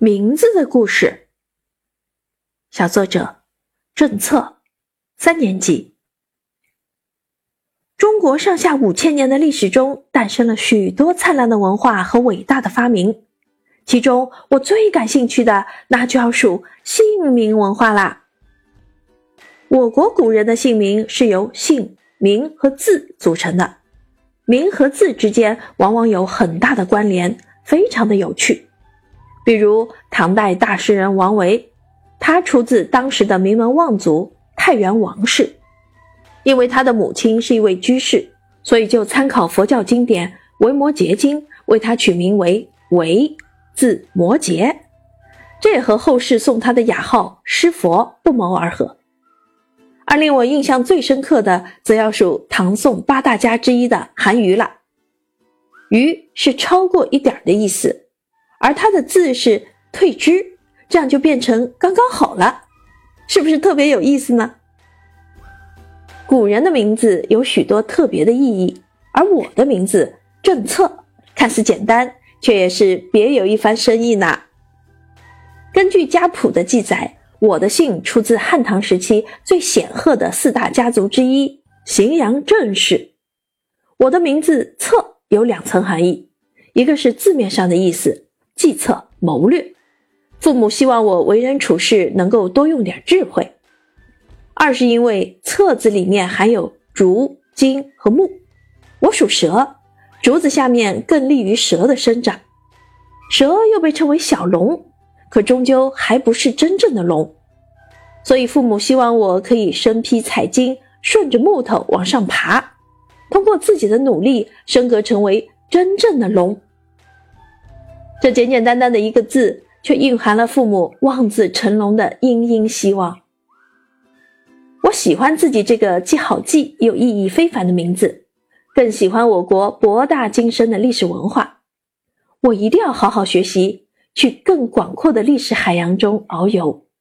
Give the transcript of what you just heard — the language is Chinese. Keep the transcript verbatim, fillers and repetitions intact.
名字的故事。小作者郑策，三年级。中国上下五千年的历史中，诞生了许多灿烂的文化和伟大的发明，其中我最感兴趣的那就要数姓名文化啦。我国古人的姓名是由姓、名和字组成的，名和字之间往往有很大的关联，非常的有趣。比如唐代大诗人王维，他出自当时的名门望族太原王氏，因为他的母亲是一位居士，所以就参考佛教经典《维摩诘经》，为他取名为维，字摩诘，这也和后世送他的雅号师佛不谋而合。而令我印象最深刻的，则要数唐宋八大家之一的韩愈了。愈是超过一点的意思，而他的字是退之，这样就变成刚刚好了，是不是特别有意思呢？古人的名字有许多特别的意义，而我的名字郑策看似简单，却也是别有一番深意呢。根据家谱的记载，我的姓出自汉唐时期最显赫的四大家族之一荥阳郑氏。我的名字策有两层含义，一个是字面上的意思，计策谋略，父母希望我为人处事能够多用点智慧。二是因为策字里面含有竹、金和木，我属蛇，竹子下面更利于蛇的生长，蛇又被称为小龙，可终究还不是真正的龙，所以父母希望我可以身披彩金，顺着木头往上爬，通过自己的努力升格成为真正的龙。这简简单单的一个字，却蕴含了父母望子成龙的殷殷希望。我喜欢自己这个既好记又意义非凡的名字，更喜欢我国博大精深的历史文化。我一定要好好学习，去更广阔的历史海洋中遨游。